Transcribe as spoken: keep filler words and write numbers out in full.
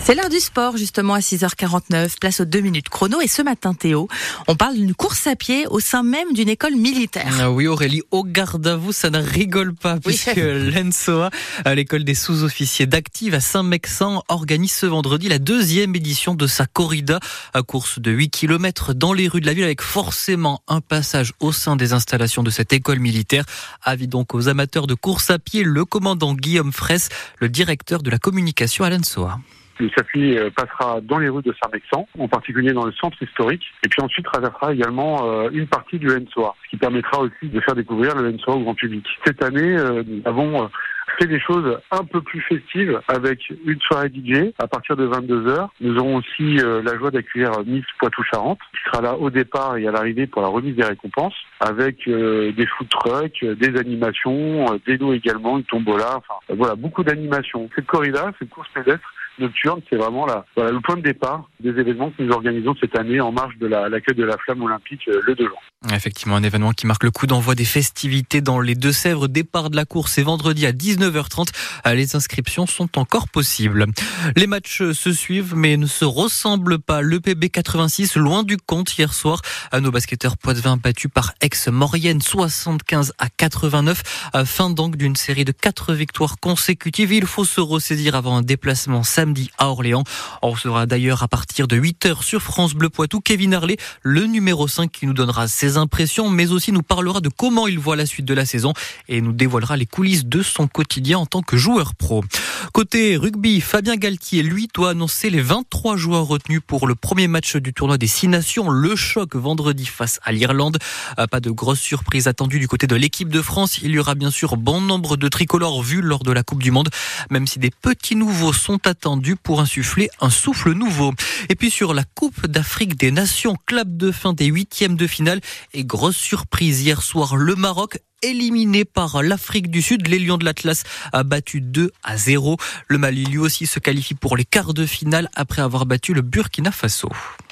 C'est l'heure du sport, justement, à six heures quarante-neuf, place aux deux minutes chrono. Et ce matin, Théo, on parle d'une course à pied au sein même d'une école militaire. Ah oui, Aurélie, au garde à vous, ça ne rigole pas, puisque oui. l'E N S O A, l'école des sous-officiers d'Active à Saint-Mexan, organise ce vendredi la deuxième édition de sa corrida, à course de huit kilomètres dans les rues de la ville, avec forcément un passage au sein des installations de cette école militaire. Avis donc aux amateurs de course à pied, le commandant Guillaume Fraisse, le directeur de la communication à l'E N S O A. Le circuit passera dans les rues de Saint-Mexan, en particulier dans le centre historique, et puis ensuite traversera également une partie du L'E N S O A, ce qui permettra aussi de faire découvrir le L'E N S O A au grand public. Cette année, nous avons fait des choses un peu plus festives avec une soirée D J à partir de vingt-deux heures. Nous aurons aussi la joie d'accueillir Miss Poitou-Charentes, qui sera là au départ et à l'arrivée pour la remise des récompenses, avec des food trucks, des animations, des lots également, une tombola, enfin voilà, beaucoup d'animations. Cette corrida, cette course pédestre nocturne, c'est vraiment la, voilà, le point de départ des événements que nous organisons cette année en marge de la, l'accueil de la flamme olympique euh, le deux juin. Effectivement, un événement qui marque le coup d'envoi des festivités dans les Deux-Sèvres. Départ de la course, c'est vendredi à dix-neuf heures trente. Les inscriptions sont encore possibles. Les matchs se suivent mais ne se ressemblent pas. Le P B quatre-vingt-six, loin du compte hier soir. Nos basketteurs poitevins battus par Aix-Maurienne soixante-quinze à quatre-vingt-neuf. Fin donc d'une série de quatre victoires consécutives. Il faut se ressaisir avant un déplacement samedi à Orléans. On recevra d'ailleurs à partir de huit heures sur France Bleu Poitou Kevin Harley, le numéro cinq, qui nous donnera ses impressions, mais aussi nous parlera de comment il voit la suite de la saison et nous dévoilera les coulisses de son quotidien en tant que joueur pro. Côté rugby, Fabien Galtier, lui, doit annoncer les vingt-trois joueurs retenus pour le premier match du tournoi des Six Nations. Le choc vendredi face à l'Irlande. Pas de grosse surprise attendue du côté de l'équipe de France. Il y aura bien sûr bon nombre de tricolores vus lors de la Coupe du Monde, même si des petits nouveaux sont attendus pour insuffler un souffle nouveau. Et puis sur la Coupe d'Afrique des Nations, clap de fin des huitièmes de finale et grosse surprise hier soir, le Maroc éliminé par l'Afrique du Sud. Les Lions de l'Atlas a battu deux à zéro. Le Mali lui aussi se qualifie pour les quarts de finale après avoir battu le Burkina Faso.